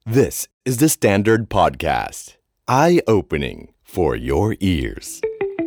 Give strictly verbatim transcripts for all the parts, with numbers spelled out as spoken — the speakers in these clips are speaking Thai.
This is the Standard Podcast. Eye-opening for your ears.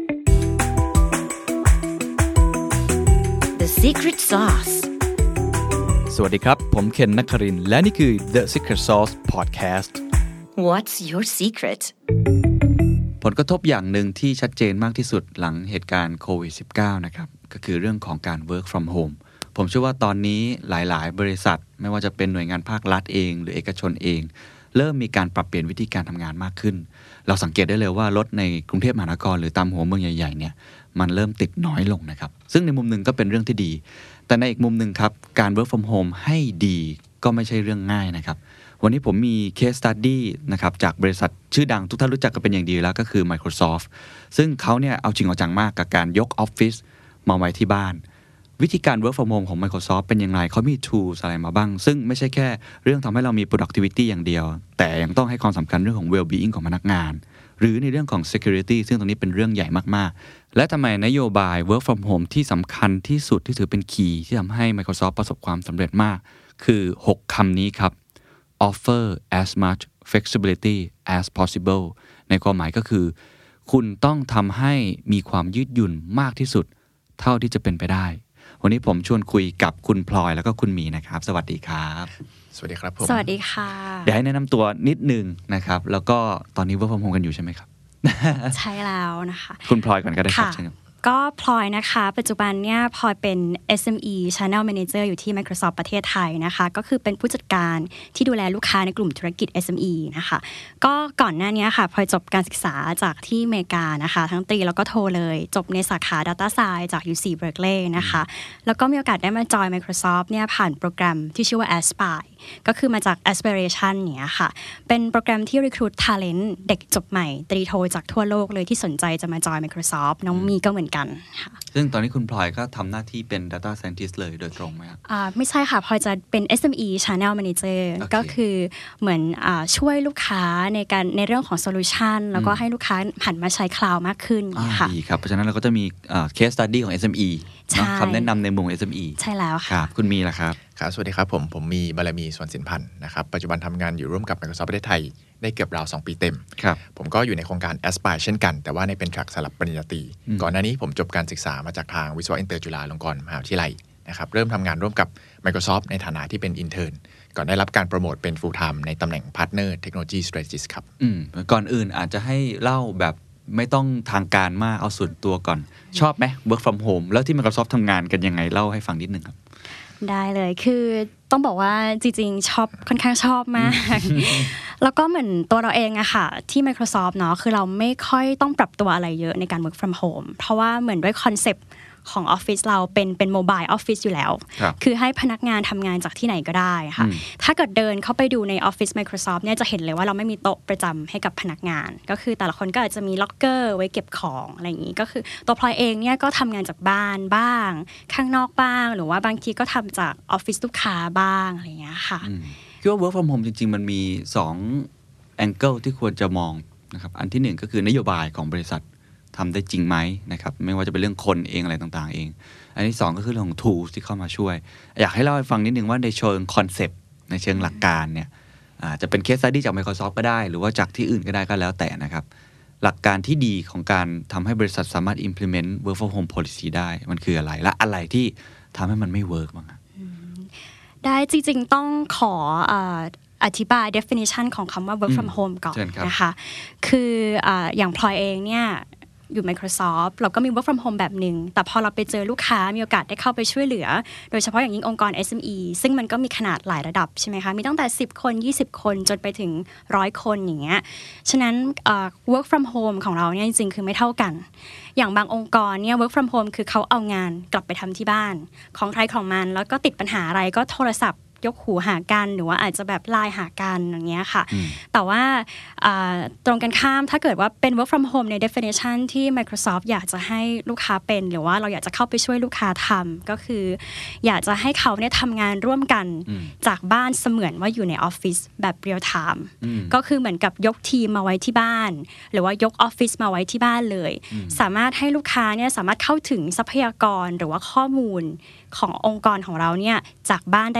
The Secret Sauce สวัสดีครับผมเคนนครินทร์และนี่คือ The Secret Sauce Podcast What's your secret ผลกระทบอย่างหนึ่งที่ชัดเจนมากที่สุดหลังเหตุการณ์โควิด สิบเก้า นะครับก็คือเรื่องของการ work from home ผมเชื่อว่าตอนนี้หลายๆบริษัทไม่ว่าจะเป็นหน่วยงานภาครัฐเองหรือเอกชนเองเริ่มมีการปรับเปลี่ยนวิธีการทำงานมากขึ้นเราสังเกตได้เลยว่ารถในกรุงเทพมหานครหรือตามหัวเมืองใหญ่ๆเนี่ยมันเริ่มติดน้อยลงนะครับซึ่งในมุมหนึ่งก็เป็นเรื่องที่ดีแต่ในอีกมุมหนึ่งครับการ work from home ให้ดีก็ไม่ใช่เรื่องง่ายนะครับวันนี้ผมมี case study นะครับจากบริษัทชื่อดังทุกท่านรู้จักกันเป็นอย่างดีแล้วก็คือ Microsoft ซึ่งเขาเนี่ยเอาจริงเอาจังมากกับการยกออฟฟิศมาไว้ที่บ้านวิธีการ work from home ของ Microsoft เป็นยังไงเขามี tools อะไรมาบ้างซึ่งไม่ใช่แค่เรื่องทำให้เรามี productivity อย่างเดียวแต่ยังต้องให้ความสำคัญเรื่องของ well-being ของพนักงานหรือในเรื่องของ security ซึ่งตรงนี้เป็นเรื่องใหญ่มากๆและทำไมนโยบาย work from home ที่สำคัญที่สุดที่ถือเป็น key ที่ทำให้ Microsoft ประสบความสำเร็จมากคือหกคำนี้ครับ offer as much flexibility as possible ในความหมายก็คือคุณต้องทำให้มีความยืดหยุ่นมากที่สุดเท่าที่จะเป็นไปได้วันนี้ผมชวนคุยกับคุณพลอยแล้วก็คุณหมีนะครับสวัสดีครับสวัสดีครับผมสวัสดีค่ะเดี๋ยวให้แนะนำตัวนิดนึงนะครับแล้วก็ตอนนี้ work from home กันอยู่ใช่ไหมครับใช่แล้วนะคะคุณพลอยก่อนก็ได้ครับเชิญครับก็พลอยนะคะปัจจุบันเนี่ยพลอยเป็น เอส เอ็ม อี Channel Manager อยู่ที่ Microsoft ประเทศไทยนะคะก็คือเป็นผู้จัดการที่ดูแลลูกค้าในกลุ่มธุรกิจ เอส เอ็ม อี นะคะก็ก่อนหน้านี้ค่ะพลอยจบการศึกษาจากที่อเมริกานะคะทั้งตรีแล้วก็โทเลยจบในสาขา Data Science จาก ยู ซี Berkeley นะคะแล้วก็มีโอกาสได้มาจอย Microsoft เนี่ยผ่านโปรแกรมที่ชื่อว่า Aspire ก็คือมาจาก Aspiration เนี่ยค่ะเป็นโปรแกรมที่ recruit talent เด็กจบใหม่ตรีโทจากทั่วโลกเลยที่สนใจจะมาจอย Microsoft น้องมีก็เหมือนกันค่ะซึ่งตอนนี้คุณพลอยก็ทำหน้าที่เป็น Data Scientist เลยโดยตรงไหมครับอ่าไม่ใช่ค่ะพลอยจะเป็น เอส เอ็ม อี Channel Manager ก็คือเหมือนอ่าช่วยลูกค้าในการในเรื่องของ solution แล้วก็ให้ลูกค้าหันมาใช้ cloud มากขึ้นค่ะดีครับเพราะฉะนั้นเราก็จะมี case study ของ เอส เอ็ม อี คำแนะนำในมุม เอส เอ็ม อีใช่แล้วค่ะครับคุณมีล่ะครับครับสวัสดีครับผมผมมีบารมีสวนสินพันธ์นะครับปัจจุบันทำงานอยู่ร่วมกับ Microsoft ประเทศไทยได้เกือบราวสองปีเต็มครับผมก็อยู่ในโครงการ Aspire เช่นกันแต่ว่าในเป็นแทร็กสลับปริญญาตรีก่อนหน้านี้ผมจบการศึกษามาจากทางวิศวะอินเตอร์จุฬาลงกรณ์มหาวิทยาลัยนะครับเริ่มทำงานร่วมกับ Microsoft ในฐานะที่เป็น intern ก่อนได้รับการโปรโมทเป็น full time ในตำแหน่ง Partner Technology Strategist ครับอืมก่อนอื่นอาจจะให้เล่าแบบไม่ต้องทางการมากเอาส่วนตัวก่อนชอบไหม work from home แล้วที่ Microsoft ทำงานกันยังไงเล่าให้ฟังนิดนึงครับได้เลยคือต้องบอกว่าจริงๆชอบค่อนข้างชอบมาก แล้วก็เหมือนตัวเราเองอะค่ะที่ Microsoft เนาะคือเราไม่ค่อยต้องปรับตัวอะไรเยอะในการ work from home เพราะว่าเหมือนด้วยคอนเซปต์ของออฟฟิศเราเป็นเป็นโมบายออฟฟิศอยู่แล้วคือให้พนักงานทำงานจากที่ไหนก็ได้ค่ะถ้าเกิดเดินเข้าไปดูในออฟฟิศ Microsoft เนี่ยจะเห็นเลยว่าเราไม่มีโต๊ะประจำให้กับพนักงานก็คือแต่ละคนก็อาจจะมีล็อกเกอร์ไว้เก็บของอะไรอย่างนี้ก็คือตัวพลอยเองเนี่ยก็ทำงานจากบ้านบ้างข้างนอกบ้างหรือว่าบางทีก็ทำจากออฟฟิศลูกค้าบ้างอะไรอย่างเงี้ยค่ะคิดว่า work from home จริงๆมันมีสอง angle ที่ควรจะมองนะครับอันที่หนึ่งก็คือนโยบายของบริษัททำได้จริงไหมนะครับไม่ว่าจะเป็นเรื่องคนเองอะไรต่างๆเองอันที่สองก็คือเรื่องของ tools ที่เข้ามาช่วยอยากให้เล่าให้ฟังนิดนึงว่าในเชิงคอนเซปต์ในเชิงหลักการเนี่ยอาจจะเป็น case study จาก Microsoft ก็ได้หรือว่าจากที่อื่นก็ได้ก็แล้วแต่นะครับหลักการที่ดีของการทำให้บริษัทสามารถ implement work from home policy ได้มันคืออะไรและอะไรที่ทำให้มันไม่ work บ้างได้จริงๆต้องขออธิบาย definition ของคำว่า work from home ก่อนนะคะคืออย่างพลอยเองเนี่ยอยู่ Microsoft เราก็มี work from home แบบนึงแต่พอเราไปเจอลูกค้ามีโอกาสได้เข้าไปช่วยเหลือโดยเฉพาะอย่างยิ่งองค์กร เอส เอ็ม อี ซึ่งมันก็มีขนาดหลายระดับใช่ไหมคะมีตั้งแต่สิบคนยี่สิบคนจนไปถึงหนึ่งร้อยคนอย่างเงี้ยฉะนั้น uh, work from home ของเราเนี่ยจริงๆคือไม่เท่ากันอย่างบางองค์กรเนี่ย work from home คือเขาเอางานกลับไปทำที่บ้านของใครของมันแล้วก็ติดปัญหาอะไรก็โทรศัพท์ยกหูหากันหรือว่าอาจจะแบบไลน์หากันอย่างเงี้ยค่ะแต่ว่าตรงกันข้ามถ้าเกิดว่าเป็น work from home ใน definition ที่ Microsoft อยากจะให้ลูกค้าเป็นหรือว่าเราอยากจะเข้าไปช่วยลูกค้าทำก็คืออยากจะให้เขาเนี่ยทำงานร่วมกันจากบ้านเสมือนว่าอยู่ในออฟฟิศแบบ real time ก็คือเหมือนกับยกทีมมาไว้ที่บ้านหรือว่ายกออฟฟิศมาไว้ที่บ้านเลยสามารถให้ลูกค้าเนี่ยสามารถเข้าถึงทรัพยากรหรือว่าข้อมูลขององค์กรของเราเนี่ยจากบ้านได้เลยเส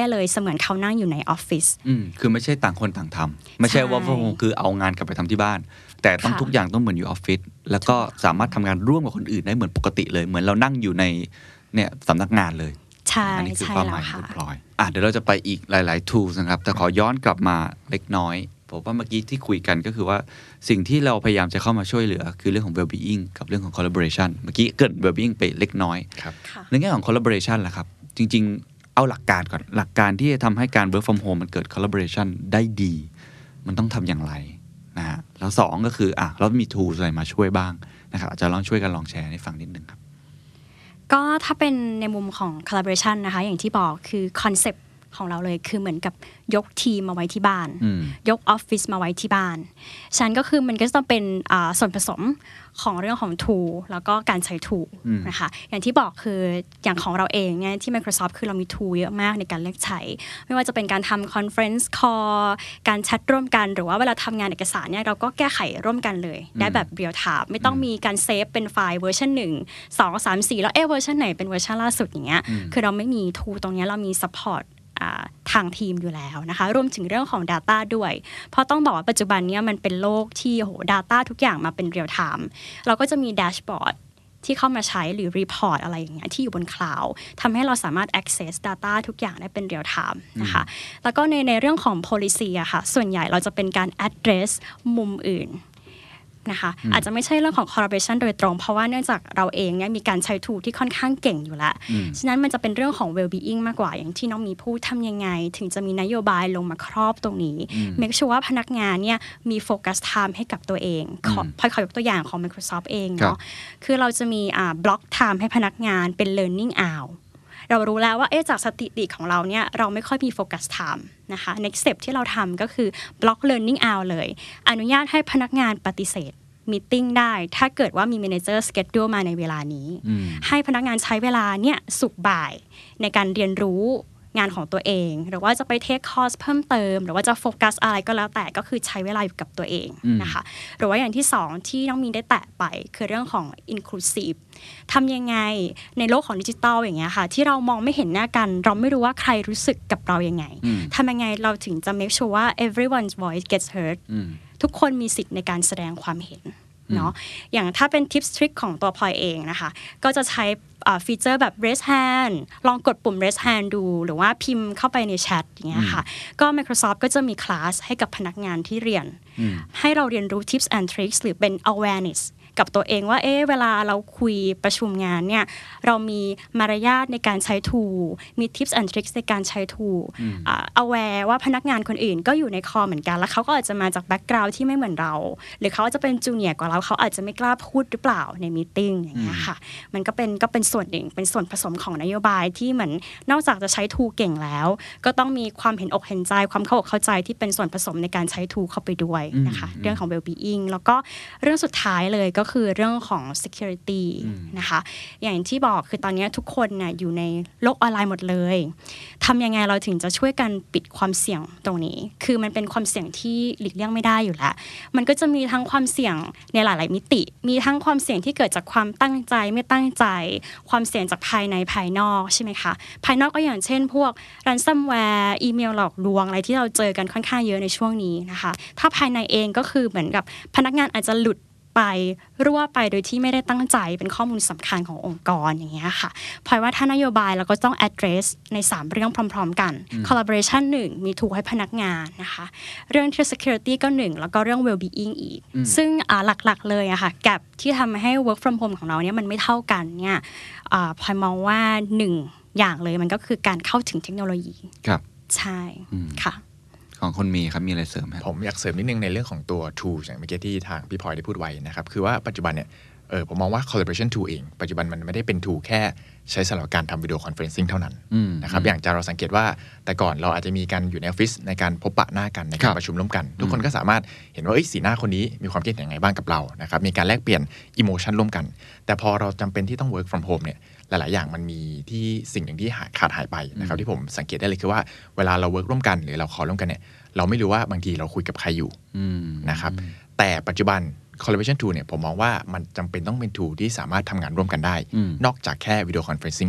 เหมือนเขานั่งอยู่ในออฟฟิศอืมคือไม่ใช่ต่างคนต่างทำไม่ใช่ว่าพวกคือเอางานกลับไปทำที่บ้านแต่ต้องทุกอย่างต้องเหมือนอยู่ออฟฟิศแล้วก็สามารถทำงานร่วมกับคนอื่นได้เหมือนปกติเลยเหมือนเรานั่งอยู่ในเนี่ยสำนักงานเลยใช่อันนี้คือใช่ความหมายของพลอยอ่ะเดี๋ยวเราจะไปอีกหลายๆ tools นะครับแต่ขอย้อนกลับมาเล็กน้อยผมว่าเมื่อกี้ที่คุยกันก็คือว่าสิ่งที่เราพยายามจะเข้ามาช่วยเหลือคือเรื่องของ well-being กับเรื่องของ collaboration เมื่อกี้เกิด well-being ไปเล็กน้อยในแง่ของ collaboration ล่ะครับจริงๆเอาหลักการก่อนหลักการที่จะทำให้การ work from home มันเกิด collaboration ได้ดีมันต้องทำอย่างไรนะฮะแล้วสองก็คืออ่ะเรามี tools อะไรมาช่วยบ้างนะครับอาจจะลองช่วยกันลองแชร์ให้ฟังนิดนึงครับก็ถ้าเป็นในมุมของ collaboration นะคะอย่างที่บอกคือคอนเซปต์ของเราเลยคือเหมือนกับยกทีมมาไว้ที่บ้านยกออฟฟิศมาไว้ที่บ้านฉะนั้นก็คือมันก็จะเป็นส่วนผสมของเรื่องของ tool แล้วก็การใช้ tool นะคะอย่างที่บอกคืออย่างของเราเองเนี่ยที่ Microsoft คือเรามี tool เยอะมากในการเลือกใช้ไม่ว่าจะเป็นการทำ conference call การแชทร่วมกันหรือว่าเวลาทำงานเอกสารเนี่ยเราก็แก้ไขร่วมกันเลยได้แบบ real time ไม่ต้องมีการเซฟเป็นไฟล์เวอร์ชันหนึ่ง สอง สาม สี่แล้วเอ๊ะเวอร์ชันไหนเป็นเวอร์ชันล่าสุดอย่างเงี้ยคือเราไม่มี tool ตรงนี้เรามี supportทางทีมอยู่แล้วนะคะรวมถึงเรื่องของ data ด้วยเพราะต้องบอกว่าปัจจุบันนี้มันเป็นโลกที่โห data ทุกอย่างมาเป็น real time เราก็จะมีแดชบอร์ดที่เข้ามาใช้หรือ report อะไรอย่างเงี้ยที่อยู่บนคลาวด์ทำให้เราสามารถ access data ทุกอย่างได้เป็น real time นะคะแล้วก็ในในเรื่องของ policy อะค่ะส่วนใหญ่เราจะเป็นการ address มุมอื่นนะคะอาจจะไม่ใช่เรื่องของ collaboration โดยตรงเพราะว่าเนื่องจากเราเองเนี่ยมีการใช้ tool ที่ค่อนข้างเก่งอยู่แล้วฉะนั้นมันจะเป็นเรื่องของ well-being มากกว่าอย่างที่น้องมีพูดทำยังไงถึงจะมีนโยบายลงมาครอบตรงนี้ make sure ว่าพนักงานเนี่ยมี focus time ให้กับตัวเองพอขอยกตัวอย่างของ Microsoft เองเนาะคือเราจะมีอ่า block time ให้พนักงานเป็น learning hourเรารู้แล้วว่าเอ๊ะจากสถิติของเราเนี่ยเราไม่ค่อยมีโฟกัสไทม์นะคะ next step ที่เราทำก็คือ block learning hour เลยอนุญาตให้พนักงานปฏิเสธมีตติ้งได้ถ้าเกิดว่ามี manager schedule มาในเวลานี้ให้พนักงานใช้เวลาเนี่ยสุกบ่ายในการเรียนรู้งานของตัวเองหรือว่าจะไปเทคคอร์สเพิ่มเติมหรือว่าจะโฟกัสอะไรก็แล้วแต่ก็คือใช้เวลาอยู่กับตัวเองนะคะหรือว่าอย่างที่สองที่น้องมีนได้แตะไปคือเรื่องของ inclusive ทำยังไงในโลกของดิจิทัลอย่างเงี้ยค่ะที่เรามองไม่เห็นหน้ากันเราไม่รู้ว่าใครรู้สึกกับเรายังไงทำยังไงเราถึงจะ make sure ว่า everyone's voice gets heard ทุกคนมีสิทธิ์ในการแสดงความเห็นเนาะอย่างถ้าเป็น tips trick ของตัวพลอยเองนะคะก็จะใช้ฟีเจอร์แบบ raise hand ลองกดปุ่ม raise hand ดูหรือว่าพิมพ์เข้าไปในแชทอย่างเงี้ยค่ะก็ Microsoft ก็จะมีคลาสให้กับพนักงานที่เรียนให้เราเรียนรู้ tips and tricks หรือเป็น awarenessกับตัวเองว่าเอ๊ะเวลาเราคุยประชุมงานเนี่ยเรามีมารยาทในการใช้ tool มี tips and tricks ในการใช้ tool อ่า aware ว่าพนักงานคนอื่นก็อยู่ในคอเหมือนกันแล้วเขาก็อาจจะมาจาก background ที่ไม่เหมือนเราหรือเขาจะเป็นจูเนียร์กว่าเราเขาอาจจะไม่กล้าพูดหรือเปล่าในมีตติ้งอย่างเงี้ยค่ะมันก็เป็นก็เป็นส่วนหนึ่งเป็นส่วนผสมของนโยบายที่เหมือนนอกจากจะใช้ tool เก่งแล้วก็ต้องมีความเห็นอกเห็นใจความเข้าอกเข้าใจที่เป็นส่วนผสมในการใช้ tool เข้าไปด้วยนะคะเรื่องของ well-being แล้วก็เรื่องสุดท้ายเลยก็คือเรื่องของ security นะคะอย่างที่บอกคือตอนนี้ทุกคนน่ะอยู่ในโลกออนไลน์หมดเลยทำยังไงเราถึงจะช่วยกันปิดความเสี่ยงตรงนี้คือมันเป็นความเสี่ยงที่หลีกเลี่ยงไม่ได้อยู่แล้วมันก็จะมีทั้งความเสี่ยงในหลายๆมิติมีทั้งความเสี่ยงที่เกิดจากความตั้งใจไม่ตั้งใจความเสี่ยงจากภายในภายนอกใช่ไหมคะภายนอกก็อย่างเช่นพวก ransomware อีเมลหลอกลวงอะไรที่เราเจอกันค่อนข้างเยอะในช่วงนี้นะคะถ้าภายในเองก็คือเหมือนกับพนักงานอาจจะหลุดไปรั่วไปโดยที่ไม่ได้ตั้งใจเป็นข้อมูลสำคัญขององค์กรอย่างเงี้ยค่ะเพราะว่าถ้านโยบายเราก็ต้อง address ในสามเรื่องพร้อมๆกัน collaboration หนึ่งมี tool ให้พนักงานนะคะเรื่อง security ก็หนึ่งแล้วก็เรื่อง well-being อีกซึ่งหลักๆเลยอะค่ะแกปที่ทำให้ work from home ของเราเนี่ยมันไม่เท่ากันเนี่ยพลอยมองว่าหนึ่งอย่างเลยมันก็คือการเข้าถึงเทคโนโลยีครับใช่ค่ะของคนมีครับมีอะไรเสริมไหมผมอยากเสริมนิดนึงในเรื่องของตัว tool อย่างเมื่อกี้ที่ทางพี่พลอยได้พูดไว้นะครับคือว่าปัจจุบันเนี่ยเออผมมองว่า collaboration tool เองปัจจุบันมันไม่ได้เป็น tool แค่ใช้สำหรับการทำวิดีโอคอนเฟอเรนซิ่งเท่านั้นนะครับอย่างจะเราสังเกตว่าแต่ก่อนเราอาจจะมีการอยู่ในออฟฟิศในการพบปะหน้ากันในการประชุมร่วมกันทุกคนก็สามารถเห็นว่าสีหน้าคนนี้มีความคิดเห็นยังไงบ้างกับเรานะครับมีการแลกเปลี่ยนอิโมชันร่วมกันแต่พอเราจำเป็นที่ต้อง work from home เนี่ยหลายๆอย่างมันมีที่สิ่งหนึ่งที่ขาดหายไปนะครับที่ผมสังเกตได้เลยคือว่าเวลาเรา work ร่วมกันหรือเราคอลร่วมกันเนี่ยเราไม่รู้ว่าบางทีเราคุยกับใครอยู่นะครับแต่ปัจจุบัน collaboration tool เนี่ยผมมองว่ามันจำเป็นต้องเป็น tool ที่สามารถทำงานร่วมกันได้นอกจากแค่วิดีโอคอนเฟอเรนซิ่งกัน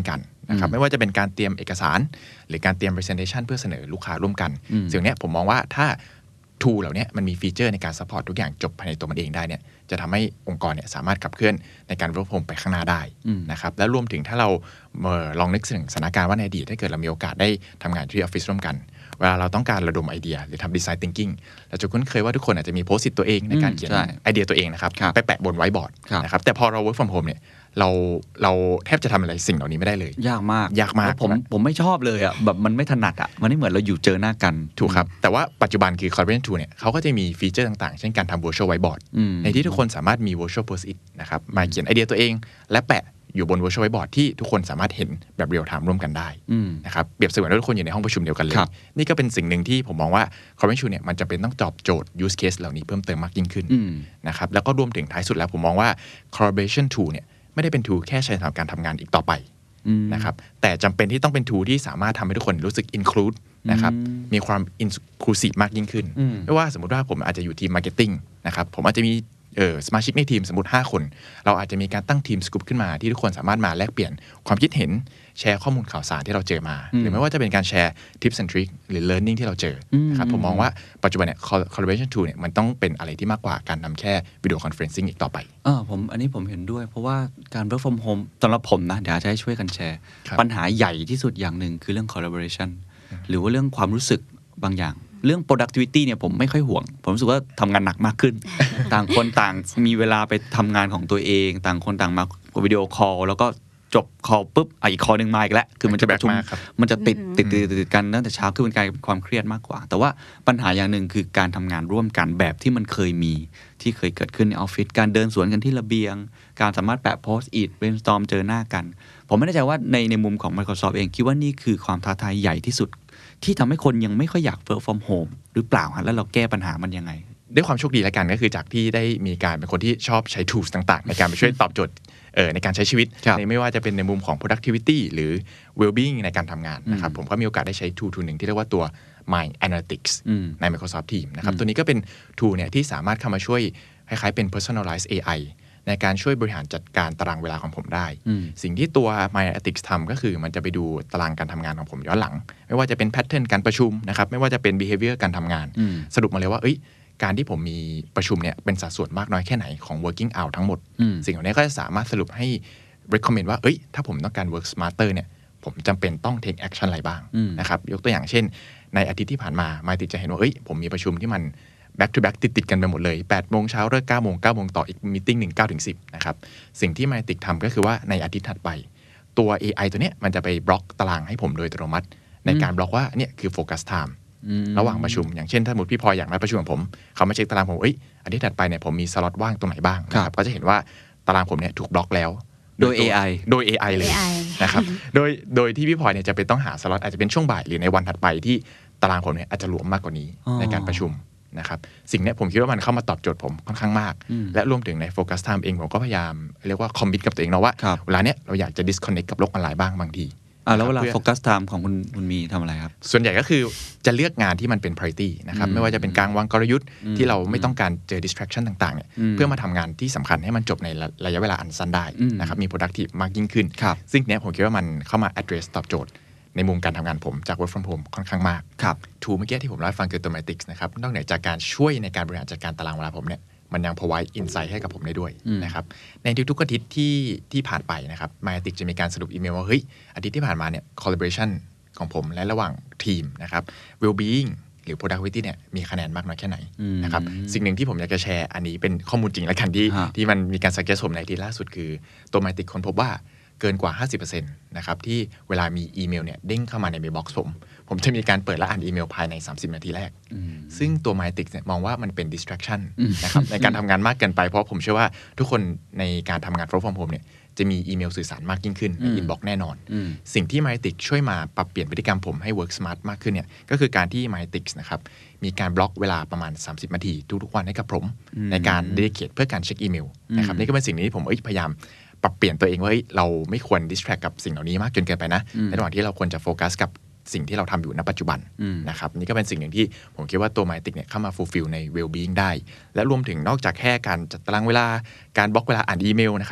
นะครับไม่ว่าจะเป็นการเตรียมเอกสารหรือการเตรียม presentation เพื่อเสนอลูกค้าร่วมกันสิ่งนี้ผมมองว่าถ้า tool เหล่านี้มันมีฟีเจอร์ในการ support ทุกอย่างจบภายในตัวมันเองได้เนี่ยจะทำให้องค์กรเนี่ยสามารถขับเคลื่อนในการ work from home ไปข้างหน้าได้นะครับแล้วรวมถึงถ้าเราลองนึกถึงสถานการณ์ว่าในอดีตถ้าเกิดเรามีโอกาสได้ทำงานที่ออฟฟิศร่วมกันเวลาเราต้องการระดมไอเดียหรือทำ design thinking เราจะคุ้นเคยว่าทุกคนอาจจะมีโพสต์ตัวเองในการเขียนไอเดียตัวเองนะครับไปแปะบนไวท์บอร์ดนะครับแต่พอเรา work from home เนี่ยเราเราแทบจะทำอะไรสิ่งเหล่านี้ไม่ได้เลยยากมากยากมากผมผมไม่ชอบเลยอ่ะแบบมันไม่ถนัดอ่ะมันไม่เหมือนเราอยู่เจอหน้ากันถูกครับแต่ว่าปัจจุบันคือ Collaboration Tool เนี่ยเขาก็จะมีฟีเจอร์ต่างๆเช่นการทำ virtual whiteboard ในที่ทุกคนสามารถมี virtual post-it นะครับมาเขียนไอเดียตัวเองและแปะอยู่บน virtual whiteboard ที่ทุกคนสามารถเห็นแบบ real time ร่วมกันได้นะครับเปรียบเสมือนว่าทุกคนอยู่ในห้องประชุมเดียวกันเลยนี่ก็เป็นสิ่งหนึ่งที่ผมมองว่า Collaboration Tool เนี่ยมันจะเป็นต้องตอบโจทย์ use case เหล่านี้เพิ่มเติมมากยิ่งขึ้นนะครับแล้วก็รวมถึงท้ายสุดแล้วผมมองว่า Collaboration Tool เนี่ยไม่ได้เป็น tool แค่ใช้สำหรับการทำงานอีกต่อไปนะครับแต่จำเป็นที่ต้องเป็น tool ที่สามารถทำให้ทุกคนรู้สึก include นะครับมีความ inclusive มากยิ่งขึ้นไม่ว่าสมมติว่าผมอาจจะอยู่ทีม marketing นะครับผมอาจจะมีเออสมาชิกในทีมสมมติห้าคนเราอาจจะมีการตั้งทีมสกู๊ปขึ้นมาที่ทุกคนสามารถมาแลกเปลี่ยนความคิดเห็นแชร์ข้อมูลข่าวสารที่เราเจอมาหรือไม่ว่าจะเป็นการแชร์ tips and tricks หรือ learning ที่เราเจอนะครับผมมองว่าปัจจุบันเนี่ย collaboration tool เนี่ยมันต้องเป็นอะไรที่มากกว่าการนำแค่วิดีโอคอนเฟอเรนซิ่งอีกต่อไปเออผมอันนี้ผมเห็นด้วยเพราะว่าการ work from home สำหรับผมนะเดี๋ยวจะให้ช่วยกันแชร์ปัญหาใหญ่ที่สุดอย่างหนึ่งคือเรื่อง collaboration หรือว่าเรื่องความรู้สึกบางอย่างเรื่อง productivity เนี่ยผมไม่ค่อยห่วงผมรู้สึกว่าทำงานหนักมากขึ้น ต่างคนต่างมีเวลาไปทำงานของตัวเองต่างคนต่างมาวิดีโอคอลแล้วก็จบคอลปุ๊บอีกคอลนึงมาอีกแล้วคือมันจะประชุมมันจะติดติดติดกันตั้งแต่เช้าคือมันกลายเป็นความเครียดมากกว่าแต่ว่าปัญหาอย่างหนึ่งคือการทำงานร่วมกันแบบที่มันเคยมีที่เคยเกิดขึ้นในออฟฟิศการเดินสวนกันที่ระเบียงการสามารถแปะโพสต์อิท brainstorm เจอหน้ากันผมไม่แน่ใจว่าในในมุมของ Microsoft เองคิดว่านี่คือความท้าทายใหญ่ที่สุดที่ทำให้คนยังไม่ค่อยอยาก work from home หรือเปล่าฮะแล้วเราแก้ปัญหามันยังไงด้วยความโชคดีแล้วกันก็คือจากที่ได้มีการเป็นคนที่ชอบใช้ tools ต่างๆในการไปช่วยตอบโจทย์เอ่อในการใช้ชีวิตในไม่ว่าจะเป็นในมุมของ productivity หรือ well-being ในการทำงานนะครับผมก็มีโอกาสได้ใช้ tool tool หนึ่งที่เรียกว่าตัว My Analytics ใน Microsoft Teams นะครับตัวนี้ก็เป็น tool เนี่ยที่สามารถเข้ามาช่วยคล้ายๆเป็น personalized เอ ไอ ในการช่วยบริหารจัดการตารางเวลาของผมได้สิ่งที่ตัว My Analytics ทำก็คือมันจะไปดูตารางการทำงานของผมย้อนหลังไม่ว่าจะเป็น pattern การประชุมนะครับไม่ว่าจะเป็น behavior การทำงานสรุปมาเลยว่าเอ้ยการที่ผมมีประชุมเนี่ยเป็นสัดส่วนมากน้อยแค่ไหนของ working hour ทั้งหมดสิ่งเหล่านี้ก็จะสามารถสรุปให้ recommend ว่าเอ้ยถ้าผมต้องการ work smarter เนี่ยผมจำเป็นต้อง take action อะไรบ้างนะครับยกตัวอย่างเช่นในอาทิตย์ที่ผ่านมา My ติดจะเห็นว่าเอ้ยผมมีประชุมที่มัน back to back ติดๆกันไปหมดเลย แปดโมงเช้าเลิก เก้าโมง เก้าโมงต่ออีกมีติ้งหนึ่ง เก้าถึงสิบนะครับสิ่งที่ My ติดทำก็คือว่าในอาทิตย์ถัดไปตัว เอ ไอ ตัวเนี้ยมันจะไปบล็อกตารางให้ผมโดยอัตโนมัติในการบล็อกว่าเนี่ยคือ focus timeระหว่างประชุมอย่างเช่นถ้าสมมติพี่พลอยอยากมาประชุมกับผมเขามาเช็คตารางผมเอ้ยอาทิตย์ถัดไปเนี่ยผมมีสล็อตว่างตรงไหนบ้างนะครับก็จะเห็นว่าตารางผมเนี่ยถูกบล็อกแล้วโดย เอ ไอโดย เอ ไอ เลยนะครับโดยโดยที่พี่พลอยเนี่ยจะเป็นต้องหาสล็อตอาจจะเป็นช่วงบ่ายหรือในวันถัดไปที่ตารางผมเนี่ยอาจจะหลวมมากกว่านี้ในการประชุมนะครับสิ่งนี้ผมคิดว่ามันเข้ามาตอบโจทย์ผมค่อนข้างมากและรวมถึงในโฟกัสไทม์เองผมก็พยายามเรียกว่าคอมมิตกับตัวเองเนาะว่าเวลาเนี้ยเราอยากจะ disconnect กับโลกออนไลน์บ้างบางทีอ่าแล้วเวลาโฟกัสไทม์ของคุณคุณมีทำอะไรครับส่วนใหญ่ก็คือจะเลือกงานที่มันเป็น priority นะครับไม่ว่าจะเป็นการวางกลยุทธ์ที่เราไม่ต้องการเจอ distraction ต่างๆเนี่ยเพื่อมาทำงานที่สำคัญให้มันจบในระยะเวลาอันสั้นได้นะครับมี productive มากยิ่งขึ้นซึ่งเนี้ยผมคิดว่ามันเข้ามา address ตอบโจทย์ในมุมการทำงานผมจาก work from home ค่อนข้างมากทูเมื่อกี้ที่ผมเล่าให้ฟังคือ Automatics นะครับนอกเหนือจากการช่วยในการบริหารจัดการตารางเวลาผมเนี่ยมันยัง provide insight ให้กับผมได้ด้วยนะครับในทุกๆอาทิตย์ที่ที่ผ่านไปนะครับ Myatic จะมีการสรุปอีเมลว่าเฮ้ยอาทิตย์ที่ผ่านมาเนี่ย collaboration ของผมและระหว่างทีมนะครับ well-being หรือ productivity เนี่ยมีคะแนนมากน้อยแค่ไหนนะครับสิ่งหนึ่งที่ผมอยากจะแชร์อันนี้เป็นข้อมูลจริงและกันที่ที่มันมีการ suggest ผมในอาทิตย์ล่าสุดคือตัว Myatic ค้นพบว่าเกินกว่า ห้าสิบเปอร์เซ็นต์ นะครับที่เวลามีอีเมลเนี่ยเด้งเข้ามาในเมลบ็อกซ์ผมผมจะมีการเปิดและอ่านอีเมลภายในสามสิบนาทีแรกซึ่งตัว Myatic เนี่ยมองว่ามันเป็น distraction นะครับในการทำงานมากเกินไปเพราะผมเชื่อว่าทุกคนในการทำงาน work from home เนี่ยจะมีอีเมลสื่อสารมากยิ่งขึ้นใน inbox แน่นอนสิ่งที่ Myatic ช่วยมาปรับเปลี่ยนพฤติกรรมผมให้ work smart มากขึ้นเนี่ยก็คือการที่ Myatic นะครับมีการบล็อกเวลาประมาณสามสิบนาทีทุกๆวันให้กับผมในการ dedicate เพื่อการเช็คอีเมลนะครับนี่ก็เป็นสิ่งที่ผมพยายามปรับเปลี่ยนตัวเองว่าเราไม่ควร distract กับสิ่งเหล่านี้มากจนเกินไปนะในระหว่างที่เราควรจะโฟกัสกับสิ่งที่เราทำอยู่ณปัจจุบันนะครับนี่ก็เป็นสิ่งหนึ่งที่ผมคิดว่าตัว Myatic เนี่ยเข้ามา fulfill ใน well-being ได้และรวมถึงนอกจากแค่การจัดตารางเวลาการบล็อกเวลาอ่านอีเมลนะครับ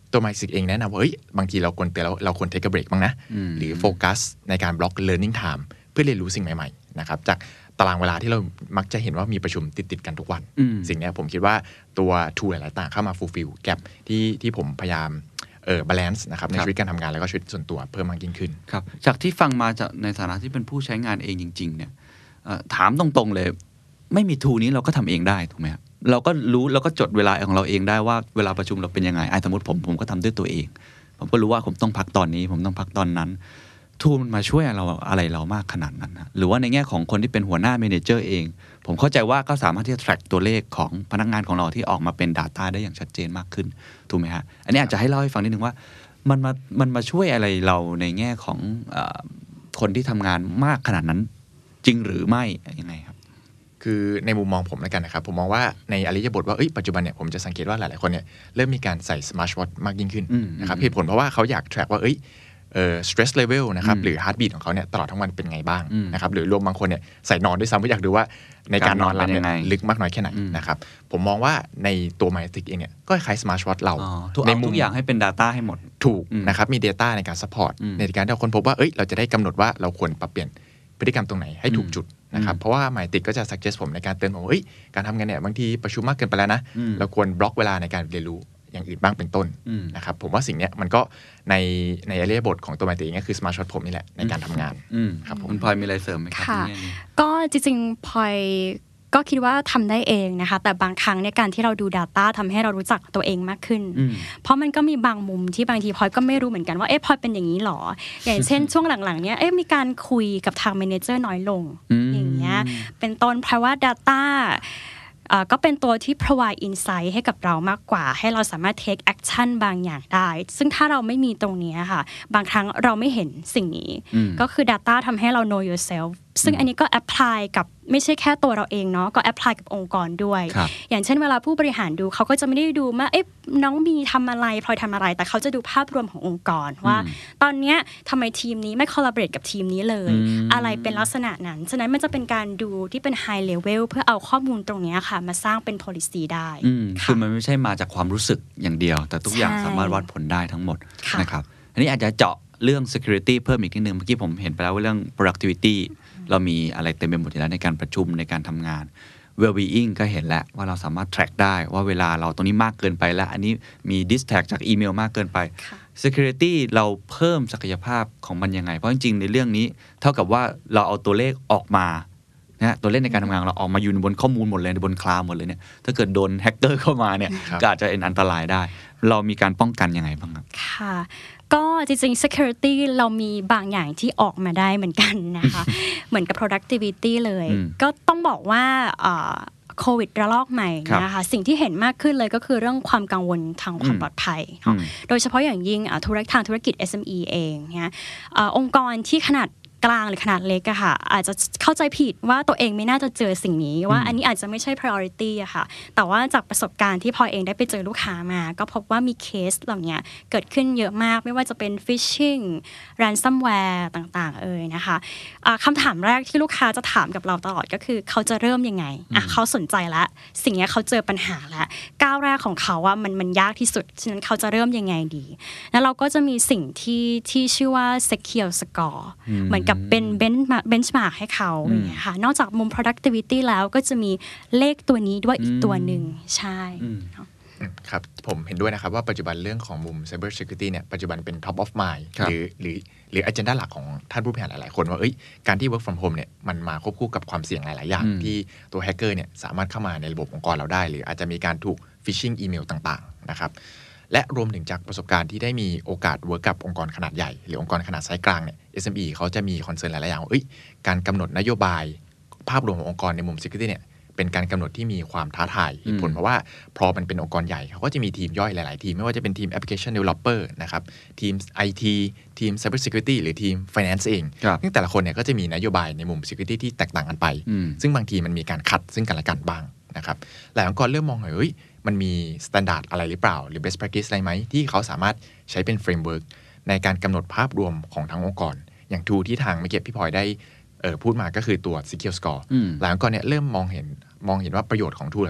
ตัว MySick เองแนะนำว่าเฮ้ยบางทีเราควรเตือนแล้วเราควร take a break บ้างนะหรือโฟกัสในการบล็อก learning time เพื่อเรียนรู้สิ่งใหม่ๆนะครับจากตารางเวลาที่เรามักจะเห็นว่ามีประชุมติดๆกันทุกวันสิ่งนี้ผมคิดว่าตัว tool หลายๆต่างเข้ามา fulfill gap ที่ที่ผมพยายามเอ่อ balance นะครับในชีวิตการทำงานแล้วก็ชีวิตส่วนตัวเพิ่มมากยิ่งขึ้นครับจากที่ฟังมาจากในฐานะที่เป็นผู้ใช้งานเองจริงๆเนี่ยถามตรงๆเลยไม่มี tool นี้เราก็ทำเองได้ถูกไหมครับเราก็รู้เราก็จดเวลาของเราเองได้ว่าเวลาประชุมเราเป็นยังไงไอ้สมมติผมผมก็ทำด้วยตัวเองผมก็รู้ว่าผมต้องพักตอนนี้ผมต้องพักตอนนั้นทูลมันมาช่วยเราอะไรเรามากขนาดนั้นนะหรือว่าในแง่ของคนที่เป็นหัวหน้าเมเนเจอร์เองผมเข้าใจว่าก็สามารถที่จะ track ตัวเลขของพนักงานของเราที่ออกมาเป็น data ได้อย่างชัดเจนมากขึ้นถูกไหมฮะอันนี้อาจจะให้เล่าให้ฟังนิดนึงว่ามันมามันมาช่วยอะไรเราในแง่ของเอ่อคนที่ทำงานมากขนาดนั้นจริงหรือไม่ยังไงครับคือในมุมมองผมแล้วกันนะครับผมมองว่าในอริยบทว่าเอ้ยปัจจุบันเนี่ยผมจะสังเกตว่าหลายๆคนเนี่ยเริ่มมีการใส่ smart watch มากยิ่งขึ้นนะครับเหตุผลเพราะว่าเขาอยาก track ว่าเอ้ยเอ่อ stress level นะครับหรือ heartbeat ของเขาเนี่ยตลอดทั้งวันเป็นไงบ้างนะครับหรือรวมบางคนเนี่ยใส่นอนด้วยซ้ำก็อยากดูว่าในการนอนหลับเนี่ยลึกมากน้อยแค่ไหนนะครับผมมองว่าในตัว MySick เองเนี่ยก็คล้าย smart watch เราในมุมทุกอย่างให้เป็น data ให้หมดถูกนะครับมี data ในการ support ในการที่เราค้นพบว่าเอ้ยเราจะได้กำหนดว่าเราควรปรับเปลี่ยนพฤติกรรมตรงไหนให้ถูกจุดนะครับเพราะว่า MySick ก็จะ suggest ผมในการเตือนผมว่าเอ้ยการทำงานเนี่ยบางทีประชุมมากเกินไปแล้วนะเราควรบล็อกเวลาในการเรียนรู้อย่างอื่นบ้างเป็นต้นนะครับผมว่าสิ่งนี้มันก็ในในอริยบทของตัว MySick เองก็คือ smart watch ผมนี่แหละในการทำงานครับผมคุณพลอยมีอะไรเสริมไหมครับค่ะก็จริงๆพลอยก็คิดว่าทำได้เองนะคะแต่บางครั้งในการที่เราดู data ทำให้เรารู้จักตัวเองมากขึ้นเพราะมันก็มีบางมุมที่บางทีพลอยก็ไม่รู้เหมือนกันว่าเอ๊ะพลอยเป็นอย่างนี้หรออย่างเช่นช่วงหลังๆเนี้ยเอ๊ะมีการคุยกับทาง manager น้อยลงอย่างเงี้ยเป็นต้นเพราะว่า dataก็เป็นตัวที่ provide insight ให้กับเรามากกว่าให้เราสามารถ take action บางอย่างได้ซึ่งถ้าเราไม่มีตรงนี้ค่ะบางครั้งเราไม่เห็นสิ่งนี้ก็คือ data ทำให้เรา know yourself ซึ่งอันนี้ก็ apply กับไม่ใช่แค่ตัวเราเองเนาะก็ apply กับองค์กรด้วยอย่างเช่นเวลาผู้บริหารดูเขาก็จะไม่ได้ดูว่าเอ๊ะน้องมีทำอะไรพลอยทำอะไรแต่เขาจะดูภาพรวมขององค์กรว่าตอนนี้ทำไมทีมนี้ไม่ collaborate กับทีมนี้เลยอะไรเป็นลักษณะนั้นฉะนั้นมันจะเป็นการดูที่เป็น high level เพื่อเอาข้อมูลตรงนี้ค่ะมาสร้างเป็น policy ได้คือมันไม่ใช่มาจากความรู้สึกอย่างเดียวแต่ทุกอย่างสามารถวัดผลได้ทั้งหมดนะครับอันนี้อาจจะเจาะเรื่อง security เพิ่มอีกนิดนึงเมื่อกี้ผมเห็นไปแล้วว่าเรื่อง productivity เรามีอะไรเต็มไปหมดอยู่แล้วในการประชุมในการทำงาน well-being ก็เห็นแล้วว่าเราสามารถ track ได้ว่าเวลาเราตรงนี้มากเกินไปแล้วอันนี้มี distract จากอีเมลมากเกินไป security เราเพิ่มศักยภาพของมันยังไงเพราะจริงๆในเรื่องนี้เท่ากับว่าเราเอาตัวเลขออกมานะตัวเลขในการทำงานเราออกมาอยู่บนข้อมูลหมดเลยบนคลาวด์หมดเลยเนี่ยถ้าเกิดโดนแฮกเกอร์เข้ามาเนี่ยก็อาจจะเป็นอันตรายได้เรามีการป้องกันยังไงบ้างครับค่ะก็จริงๆ security เรามีบางอย่างที่ออกมาได้เหมือนกันนะคะ เหมือนกับ productivity เลยก็ต้องบอกว่าโควิดระลอกใหม่นะคะสิ่งที่เห็นมากขึ้นเลยก็คือเรื่องความกังวลทางความปลอดภัยโดยเฉพาะอย่างยิ่งธุรกิจทางธุรกิจ เอส เอ็ม อี เองเนี่ยองค์กรที่ขนาดกลางหรือขนาดเล็กอะค่ะอาจจะเข้าใจผิดว่าตัวเองไม่น่าจะเจอสิ่งนี้ว่าอันนี้อาจจะไม่ใช่ priority อะค่ะแต่ว่าจากประสบการณ์ที่พอเองได้ไปเจอลูกค้ามาก็พบว่ามีเคสเหล่านี้เกิดขึ้นเยอะมากไม่ว่าจะเป็น phishing ransomware ต่างๆเอ่ยนะคะคำถามแรกที่ลูกค้าจะถามกับเราตลอดก็คือเขาจะเริ่มยังไงอ่ะเขาสนใจแล้วสิ่งนี้เขาเจอปัญหาแล้วก้าวแรกของเขาว่ามันมันยากที่สุดฉะนั้นเขาจะเริ่มยังไงดีแล้วเราก็จะมีสิ่งที่ที่ชื่อว่า secure score เหมือนกับเป็นเบนช์มาร์กเบนช์มาร์กให้เขาอย่างเงี้ยค่ะนอกจากมุม productivity แล้วก็จะมีเลขตัวนี้ด้วยอีกตัวหนึ่งใช่ครับผมเห็นด้วยนะครับว่าปัจจุบันเรื่องของมุม cyber security เนี่ยปัจจุบันเป็น top of mind หรือหรือหรือ agenda หลักของท่านผู้บริหารหลายๆคนว่าเอ้ยการที่ work from home เนี่ยมันมาควบคู่กับความเสี่ยงหลายๆอย่างที่ตัวแฮกเกอร์เนี่ยสามารถเข้ามาในระบบองค์กรเราได้หรืออาจจะมีการถูก phishing อีเมลต่างๆนะครับและรวมถึงจากประสบการณ์ที่ได้มีโอกาสเวิร์กกับองค์กรขนาดใหญ่หรือองค์กรขนาดไซส์กลางเนี่ย เอส เอ็ม อี เขาจะมีคอนเซิร์นหลายๆอย่างว่าเอ้ยการกำหนดนโยบายภาพรวมขององค์กรในมุม security เนี่ยเป็นการกำหนดที่มีความท้าทายผลเพราะว่าพอมันเป็นองค์กรใหญ่เขาก็จะมีทีมย่อยหลายๆทีมไม่ว่าจะเป็นทีม application developer นะครับทีม ไอ ที ทีม cyber security หรือทีม finance เองซึ่งแต่ละคนเนี่ยก็จะมีนโยบายในมุม security ที่แตกต่างกันไปซึ่งบางทีมันมีการขัดซึ่งกันและกันบ้างนะครับหลายองค์กรเริ่มมองว่าเฮ้ยมันมีมาตรฐานอะไรหรือเปล่าหรือ best practice อะไรไหมที่เขาสามารถใช้เป็น framework ในการกำหนดภาพรวมของทั้งองค์กรอย่าง tool ที่ทางเมื่อกี้พี่พลอยได้เอ่อพูดมาก็คือตัว secure score หลายองค์กรเนี่ยเริ่มมองเห็นมองเห็นว่าประโยชน์ของ tool เหล่านี้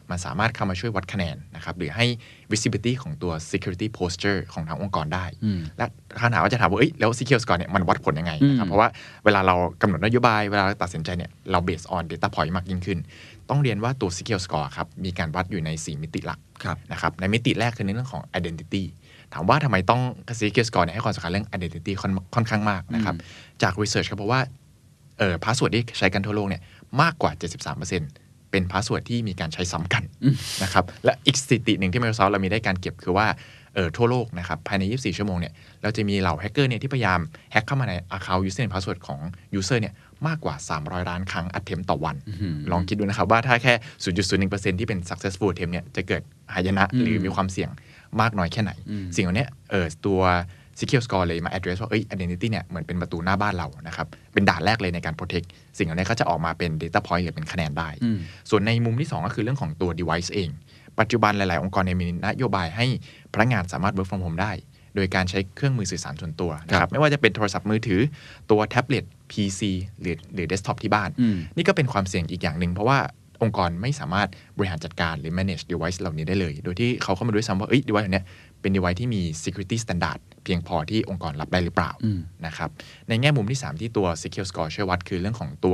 มันสามารถเข้ามาช่วยวัดคะแนนนะครับหรือให้ visibility ของตัว security posture ของทางองค์กรได้และคำถามว่าจะถามว่าเอ้ยแล้ว secure score เนี่ยมันวัดผลยังไงนะครับเพราะว่าเวลาเรากำหนดนโยบายเวลาเราตัดสินใจเนี่ยเรา based on data point มากยิ่งขึ้นต้องเรียนว่าตัว secure score ครับมีการวัดอยู่ในสี่มิติหลักนะครับในมิติแรกคือในเรื่องของ identity ถามว่าทำไมต้อง secure score เนี่ยให้ความสำคัญเรื่อง identity ค่อนข้างมากนะครับจาก research ครับเพราะว่าเอ่อ password ที่ใช้กันทั่วโลกเนี่ยมากกว่า เจ็ดสิบสามเปอร์เซ็นต์ เป็นพาสเวิร์ดที่มีการใช้ซ้ำกันนะครับและอีกสถิติหนึ่งที่ Microsoft เรามีได้การเก็บคือว่าเอ่อทั่วโลกนะครับภายในยี่สิบสี่ชั่วโมงเนี่ยเราจะมีเหล่าแฮกเกอร์เนี่ยที่พยายามแฮกเข้ามาใน account username password ของ user เนี่ยมากกว่าสามร้อยล้านครั้ง attempt ต่อวันลองคิดดูนะครับว่าถ้าแค่ ศูนย์จุดศูนย์หนึ่งเปอร์เซ็นต์ ที่เป็น successful attempt เนี่ยจะเกิดหายนะหรือมีความเสี่ยงมากน้อยแค่ไหนสิ่งเหล่านี้เอ่อตัว secure score เลยมา address ว่าเอ้ย identity เนี่ยเหมือนเป็นประตูหน้าบ้านเรานะครับเป็นด่านแรกเลยในการ protect สิ่งเหล่านี้ก็จะออกมาเป็น data point หรือเป็นคะแนนได้ส่วนในมุมที่สองก็คือเรื่องของตัว device เองปัจจุบันหลายๆองค์กรเนี่ยมีนโยบายให้พนักงานสามารถ work from home ได้โดยการใช้เครื่องมือสื่อสารส่วนตัวนะครับไม่ว่าจะเป็นโทรศัพท์มือถือตัวแท็บเล็ต พี ซี หรือหรือ desktop ที่บ้านนี่ก็เป็นความเสี่ยงอีกอย่างหนึ่งเพราะว่าองค์กรไม่สามารถบริหารจัดการหรือ manage device เหล่านี้ได้เลยโดยที่เขาเข้ามาด้วยซ้ำว่าเอ้ย device เหล่านี้เป็น device ที่มี security standard เพียงพอที่องค์กรรับได้หรือเปล่านะครับในแง่มุมที่สามที่ตัว secure score ช่วยวัดคือเรื่องของตัว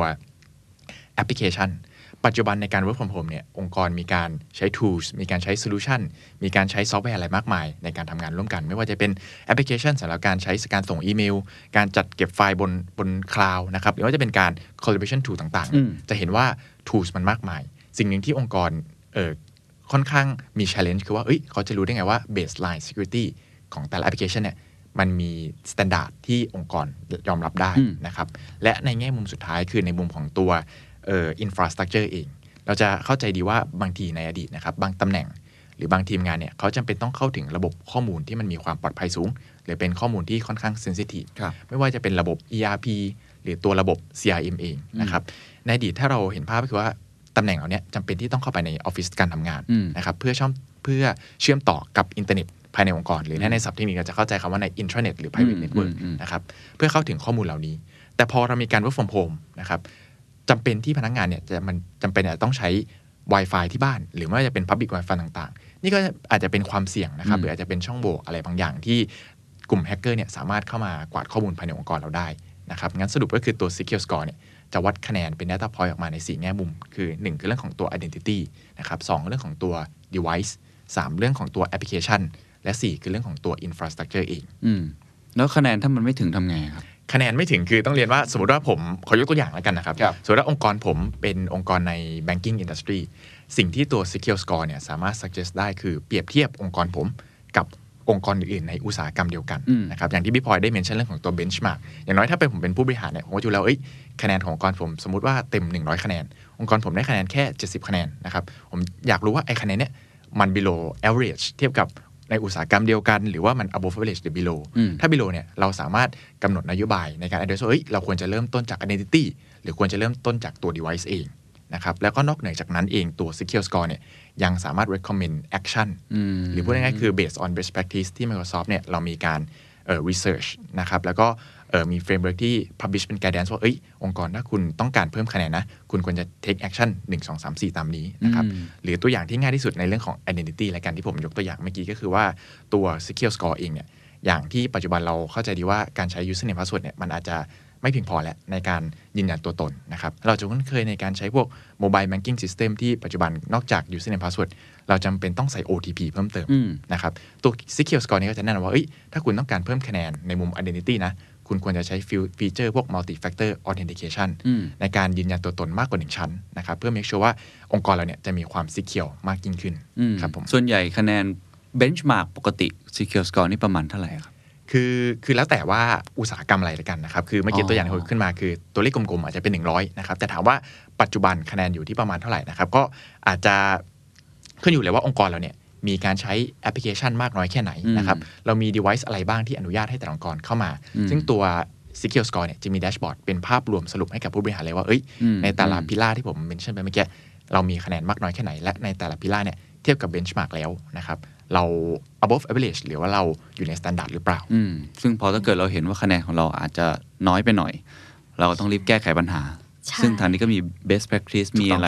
application ปัจจุบันในการ work from home เนี่ยองค์กรมีการใช้ tools มีการใช้ solution มีการใช้ซอฟต์แวร์อะไรมากมายในการทำงานร่วมกันไม่ว่าจะเป็นแอปพลิเคชันสำหรับการใช้การส่งอีเมลการจัดเก็บไฟล์บนบนคลาวด์นะครับหรือว่าจะเป็นการ collaboration tool ต่างๆจะเห็นว่า tools มันมากมายสิ่งหนึ่งที่องค์กรเอ่อค่อนข้างมี challenge คือว่าเอ้ยเขาจะรู้ได้ไงว่า baseline security ของแต่ละแอปพลิเคชันเนี่ยมันมี standard ที่องค์กรยอมรับได้นะครับและในแง่มุมสุดท้ายคือในมุมของตัวเอ่อ infrastructure เองเราจะเข้าใจดีว่าบางทีในอดีตนะครับบางตำแหน่งหรือบางทีมงานเนี่ยเขาจำเป็นต้องเข้าถึงระบบข้อมูลที่มันมีความปลอดภัยสูงหรือเป็นข้อมูลที่ค่อนข้าง sensitive ไม่ว่าจะเป็นระบบ อี อาร์ พี หรือตัวระบบ ซี อาร์ เอ็ม เองนะครับในอดีตถ้าเราเห็นภาพก็คือว่าตำแหน่งเหล่านี้จำเป็นที่ต้องเข้าไปในออฟฟิศการทำงานนะครับเพื่อช่องเพื่อเชื่อมต่อกับอินเทอร์เน็ตภายในองค์กรหรือในศัพท์เทคนิคเราจะเข้าใจคำว่าใน intranet หรือ private network นะครับเพื่อเข้าถึงข้อมูลเหล่านี้แต่พอเรามีการ work from home นะครับจำเป็นที่พนักงานเนี่ยจะมันจำเป็นจะต้องใช้ Wi-Fi ที่บ้านหรือไม่ว่าจะเป็น Public Wi-Fi ต่างๆนี่ก็อาจจะเป็นความเสี่ยงนะครับหรืออาจจะเป็นช่องโหว่อะไรบางอย่างที่กลุ่มแฮกเกอร์เนี่ยสามารถเข้ามากวาดข้อมูลภายในองค์กรเราได้นะครับงั้นสรุปก็คือตัว Secure Score เนี่ยจะวัดคะแนนเป็น data point ออกมาในสี่แง่มุมคือหนึ่งคือเรื่องของตัว identity นะครับสองเรื่องของตัว device สามเรื่องของตัว application และสี่คือเรื่องของตัว infrastructure เองอืมแล้วคะแนนถ้ามันไม่ถึงทำไงครับคะแนนไม่ถึงคือต้องเรียนว่าสมมติว่าผมขอยกตัวอย่างแล้วกันนะครับสมมติว่าองค์กรผมเป็นองค์กรใน banking industry สิ่งที่ตัว secure score เนี่ยสามารถ suggest ได้คือเปรียบเทียบองค์กรผมกับองค์กรอื่นๆในอุตสาหกรรมเดียวกันนะครับอย่างที่พี่พลอยได้เมนชั่นเรื่องของตัว benchmark อย่างน้อยถ้าเป็นผมเป็นผู้บริหารเนี่ยผมก็จะรู้แล้วเอ้ยคะแนนขององค์กรผมสมมติว่าเต็มหนึ่งร้อยคะแนนองค์กรผมได้คะแนนแค่เจ็ดสิบคะแนนนะครับผมอยากรู้ว่าไอ้คะแนนเนี่ยมัน below average เทียบกับในอุตสาหกรรมเดียวกันหรือว่ามัน above average หรือ below ถ้า below เนี่ยเราสามารถกำหนดนโยบายในการ address ว่าเอ้ยเราควรจะเริ่มต้นจาก identity หรือควรจะเริ่มต้นจากตัว device เองนะครับแล้วก็นอกเหนือจากนั้นเองตัว secure score เนี่ยยังสามารถ recommend action หรือพูดง่ายๆคือ based on best practice ที่ Microsoft เนี่ยเรามีการเอ่อ research นะครับแล้วก็เอ่อมี framework ที่ publish เป็น guidance ว่าเอ้ยองค์กรถ้าคุณต้องการเพิ่มคะแนนนะคุณควรจะ take action หนึ่ง สอง สาม สี่ตามนี้นะครับหรือตัวอย่างที่ง่ายที่สุดในเรื่องของ identity และการที่ผมยกตัวอย่างเมื่อกี้ก็คือว่าตัว secure score เองเนี่ยอย่างที่ปัจจุบันเราเข้าใจดีว่าการใช้ username password เนี่ยมันอาจจะไม่เพียงพอแล้วในการยืนยันตัวตนนะครับเราจะคุ้นเคยในการใช้พวก mobile banking system ที่ปัจจุบันนอกจาก username password เราจำเป็นต้องใส่ โอ ที พี เพิ่มเติมนะครับตัว secure score นี้ก็จะแนะนำว่าเอ้ยถ้าคุณต้องการเพิ่มคะแนนในมุม identity นะคุณควรจะใช้ฟีเจอร์พวก multi factor authentication ในการยืนยันตัวตนมากกว่าหนึ่งชั้นนะครับเพื่อ make sure ว่าองค์กรเราเนี่ยจะมีความ secure มากยิ่งขึ้นครับผมส่วนใหญ่คะแนน benchmark ปกติ secure score นี่ประมาณเท่าไหร่ครับคือคือแล้วแต่ว่าอุตสาหกรรมอะไรละกันนะครับคือเมื่อกี้ตัวอย่างที่ขึ้นมาคือตัวเลขกลมๆอาจจะเป็นหนึ่งร้อยนะครับแต่ถามว่าปัจจุบันคะแนนอยู่ที่ประมาณเท่าไหร่นะครับก็อาจจะขึ้นอยู่เลยว่าองค์กรเราเนี่ยมีการใช้แอปพลิเคชันมากน้อยแค่ไหนนะครับเรามี device อะไรบ้างที่อนุญาตให้แต่ละองค์กรเข้ามาซึ่งตัว secure score เนี่ยจะมีแดชบอร์ดเป็นภาพรวมสรุปให้กับผู้บริหารเลยว่าเอ้ยในแต่ละพิล่าที่ผมเมนชั่นไปเมื่อกี้เรามีคะแนนมากน้อยแค่ไหนและในแต่ละพิล่าเนี่ยเทียบกับ benchmark แล้วนะครับเรา above average หรือว่าเราอยู่ใน standard หรือเปล่าซึ่งพอถ้าเกิดเราเห็นว่าคะแนนของเราอาจจะน้อยไปหน่อยเราต้องรีบแก้ไขปัญหาซึ่งทางนี้ก็มี best practice มีอะไร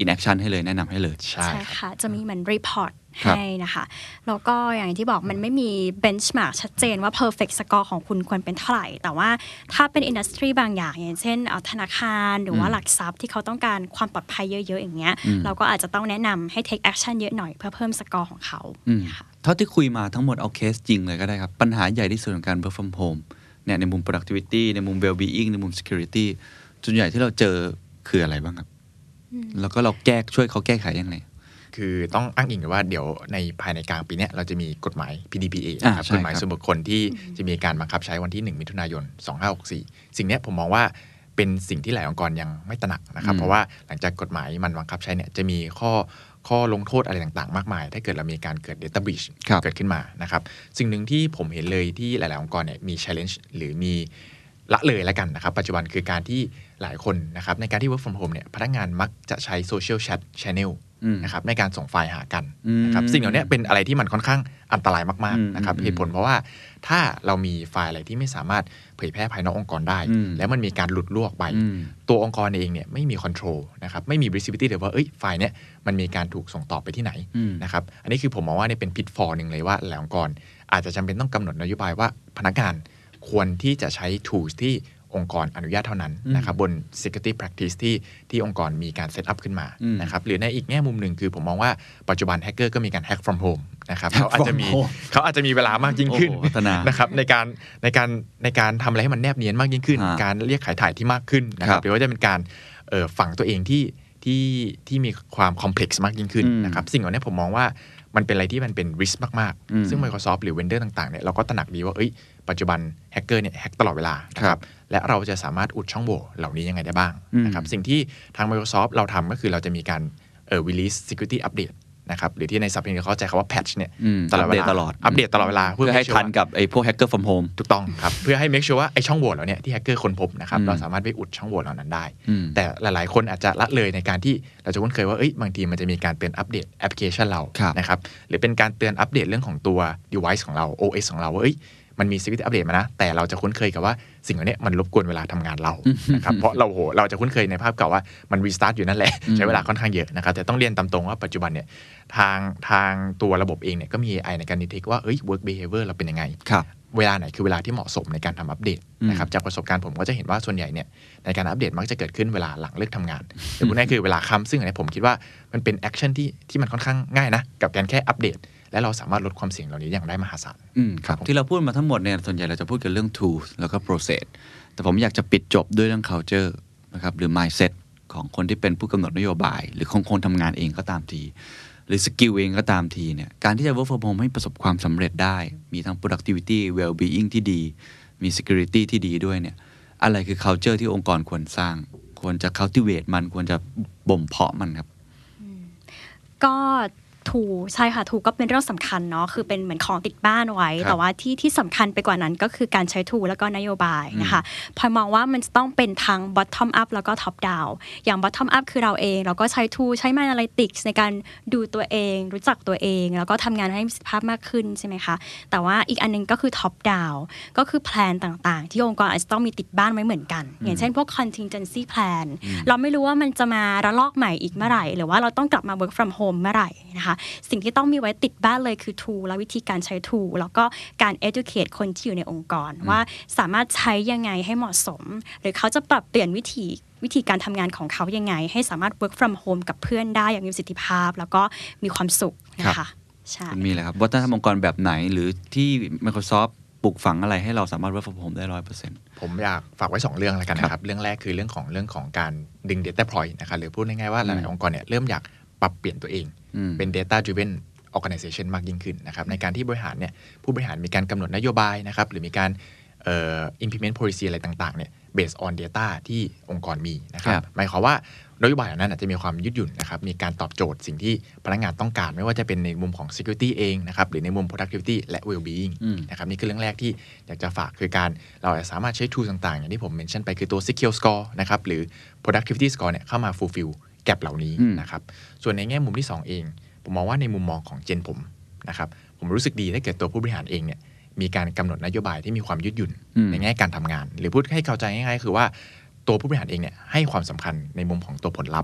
in action ให้เลยแนะนำให้เลยใช่ค่ะจะมีเหมือน report ให้นะคะแล้วก็อย่างที่บอกมันไม่มี benchmark ชัดเจนว่า perfect score ของคุณควรเป็นเท่าไหร่แต่ว่าถ้าเป็น industry บางอย่างอย่างเช่นธนาคารหรือว่าหลักทรัพย์ที่เขาต้องการความปลอดภัยเยอะๆอย่างเงี้ยเราก็อาจจะต้องแนะนำให้ take action เยอะหน่อยเพื่อเพิ่มสกอร์ของเขาเท่าที่คุยมาทั้งหมดเอาเคสจริงเลยก็ได้ครับปัญหาใหญ่ที่สุดของการ work from home เนี่ยในมุม productivity ในมุม well-being ในมุม security ส่วนใหญ่ที่เราเจอคืออะไรบ้างครับแล้วก็เราแก้ช่วยเขาแก้ไขยังไงคือต้องอ้างอิงว่าเดี๋ยวในภายในกลางปีนี้เราจะมีกฎหมาย พี ดี พี เอ นะครับกฎหมายส่วนบุคคลที่จะมีการบังคับใช้วันที่หนึ่งมิถุนายนสองพันห้าร้อยหกสิบสี่สิ่งนี้ผมมองว่าเป็นสิ่งที่หลายองค์กรยังไม่ตระหนักนะครับเพราะว่าหลังจากกฎหมายมันบังคับใช้เนี่ยจะมีข้อข้อลงโทษอะไรต่างๆมากมายถ้าเกิดเรามีการเกิด data breach เกิดขึ้นมานะครับสิ่งหนึ่งที่ผมเห็นเลยที่หลายๆองค์กรเนี่ยมี challenge หรือมีละเลยแล้วกันนะครับปัจจุบันคือการที่หลายคนนะครับในการที่ work from home เนี่ยพนักงานมักจะใช้ social chat channel นะครับในการส่งไฟล์หากันนะครับสิ่งเหล่านี้เป็นอะไรที่มันค่อนข้างอันตรายมากๆนะครับเหตุผลเพราะว่าถ้าเรามีไฟล์อะไรที่ไม่สามารถเผยแพร่ภายนอกองค์กรได้แล้วมันมีการหลุดรั่วออกไปตัวองค์กรเองเนี่ยไม่มี control นะครับไม่มี visibility เลยว่าเอ้ยไฟล์เนี้ยมันมีการถูกส่งต่อไปที่ไหนนะครับอันนี้คือผมมองว่านี่เป็น pitfall นึงเลยว่าหลายองค์กรอาจจะจำเป็นต้องกำหนดนโยบายว่าพนักงานควรที่จะใช้ tools ที่องค์กรอนุญาตเท่านั้นนะครับบน security practice ที่ที่องค์กรมีการเซตอัพขึ้นมานะครับหรือในอีกแง่มุมหนึ่งคือผมมองว่าปัจจุบันแฮกเกอร์ก็มีการ hack from home นะครับเขาอาจจะมีเขาอาจจะมีเวลามากยิ่งขึ้นนะครับในการในการในการทำอะไรให้มันแนบเนียนมากยิ่งขึ้นการเรียกขายถ่ายที่มากขึ้นนะครับหรือว่าจะเป็นการฝังตัวเองที่ที่ที่มีความ complex มากยิ่งขึ้นนะครับสิ่งเหล่านี้ผมมองว่ามันเป็นอะไรที่มันเป็น risk มากๆซึ่ง Microsoft หรือ vendor ต่างๆเนี่ยเราก็ตระหนักดีว่าเอ้ยปัจจุบันแฮกเกอร์เนี่ยแฮกตลอดเวลานะครับและเราจะสามารถอุดช่องโหว่เหล่านี้ยังไงได้บ้างนะครับสิ่งที่ทาง Microsoft เราทำก็คือเราจะมีการเอ่อ release security update นะครับหรือที่ในศัพท์นี้เขาใจคำว่า patch เนี่ยตลอดเวลาตลอดอัปเดตตลอดเวลาเพื่อให้ทันกับไอ้พวก hacker from home ถูกต้องครับเพื่อให้ make sure ว่าไอ้ช่องโหว่เหล่านี้ที่แฮกเกอร์ค้นพบนะครับเราสามารถไปอุดช่องโหว่เหล่านั้นได้แต่หลายๆคนอาจจะละเลยในการที่เราจะคุ้นเคยว่าเอ้ยบางทีมันจะมีการเตือนอัปเดตแอปพลิเคชันเรานะครับหรือเป็นการเตือนอัปเดตเรื่องของตัว device ของเรา โอ เอส ของเราว่าเอ้ยมันมี security update มานะแต่เราจะคุ้นเคยกับว่าสิ่งเหล่านี้มันรบกวนเวลาทำงานเรานะครับเพราะเราโหเราจะคุ้นเคยในภาพเก่าว่ามัน restart อยู่นั่นแหละใช้เวลาค่อนข้างเยอะนะครับแต่ต้องเรียนตามตรงว่าปัจจุบันเนี่ยทางทางตัวระบบเองเนี่ยก็มี เอ ไอ ในการ detect ว่าเอ้ย work behavior เราเป็นยังไงเวลาไหนคือเวลาที่เหมาะสมในการทำอัปเดตนะครับจากประสบการณ์ผมก็จะเห็นว่าส่วนใหญ่เนี่ยในการอัปเดตมักจะเกิดขึ้นเวลาหลังเลิกทำงานหรือพูดง่ายคือเวลาค่ำซึ่งอันนี้ผมคิดว่ามันเป็นแอคชั่นที่ที่มันค่อนข้างง่ายนะกับการแค่อัปเดตและเราสามารถลดความเสี่ยงเหล่านี้อย่างได้มหาศาลครับที่เราพูดมาทั้งหมดเนี่ยส่วนใหญ่เราจะพูดกันเรื่อง tools แล้วก็ process แต่ผมอยากจะปิดจบด้วยเรื่อง culture นะครับหรือ mindset ของคนที่เป็นผู้กำหนดนโยบายหรือของคนทำงานเองก็ตามทีหรือสกิลเองก็ตามทีเนี่ยการที่จะ work from home ให้ประสบความสำเร็จได้มีทั้ง productivity well-being ที่ดีมี security ที่ดีด้วยเนี่ยอะไรคือ culture ที่องค์กรควรสร้างควรจะ cultivate มันควรจะบ่มเพาะมันครับก็ถูกใช่ค่ะถูกก็เป็นเรื่องสำคัญเนาะคือเป็นเหมือนของติดบ้านไว้แต่ว่าที่ที่สำคัญไปกว่านั้นก็คือการใช้ทูแล้วก็นโยบายนะคะพลอยมองว่ามันจะต้องเป็นทั้ง bottom up แล้วก็ top down อย่าง bottom up คือเราเองเราก็ใช้ทูใช้ analytics ในการดูตัวเองรู้จักตัวเองแล้วก็ทำงานให้มีประสิทธิภาพมากขึ้นใช่ไหมคะแต่ว่าอีกอันนึงก็คือ top down ก็คือแพลนต่างๆที่องค์กรอาจจะต้องมีติดบ้านไว้เหมือนกันอย่างเช่นพวก contingency plan เราไม่รู้ว่ามันจะมาระลอกใหม่อีกเมื่อไหร่หรือว่าเราต้องกลับมา work from home เมื่อไหร่นะคะสิ่งที่ต้องมีไว้ติดบ้านเลยคือ tool และวิธีการใช้ tool แล้วก็การ educate คนที่อยู่ในองค์กรว่าสามารถใช้ยังไงให้เหมาะสมหรือเขาจะปรับเปลี่ยนวิธีวิธีการทำงานของเขายังไงให้สามารถ work from home กับเพื่อนได้อย่างมีประสิทธิภาพแล้วก็มีความสุขนะคะใช่มีเลยครับวัฒนธรรมองค์กรแบบไหนหรือที่ Microsoft ปลูกฝังอะไรให้เราสามารถ work from home ได้ ร้อยเปอร์เซ็นต์ผมอยากฝากไว้สองเรื่องแล้วกันนะครับเรื่องแรกคือเรื่องของเรื่องของการดึง data point นะครับหรือพูดง่ายๆว่าหลายๆองค์กรเนี่ยเริ่มอยากปรับเปลี่ยนตัวเองเป็น data driven organization มากยิ่งขึ้นนะครับในการที่บริหารเนี่ยผู้บริหารมีการกำหนดนโยบายนะครับหรือมีการเอ่อ implement policy อะไรต่างๆเนี่ย based on data ที่องค์กรมีนะครับหมายความว่านโยบายเหล่านั้นอาจจะมีความยืดหยุ่นนะครับมีการตอบโจทย์สิ่งที่พนักงานต้องการไม่ว่าจะเป็นในมุมของ security เองนะครับหรือในมุม productivity และ well-being นะครับนี่คือเรื่องแรกที่อยากจะฝากคือการเราสามารถใช้ tool ต่างๆอย่างที่ผมเมนชั่นไปคือตัว secure score นะครับหรือ productivity score เนี่ยเข้ามา fulfill gap เหล่านี้นะครับส่วนในแง่มุมที่สองเองผมมองว่าในมุมมองของเจนผมนะครับผมรู้สึกดีถ้าเกิดตัวผู้บริหารเองเนี่ยมีการกำหนดนโยบายที่มีความยืดหยุ่นในแง่การทำงานหรือพูดให้เข้าใจง่ายๆคือว่าตัวผู้บริหารเองเนี่ยให้ความสำคัญในมุมของตัวผลลัพธ์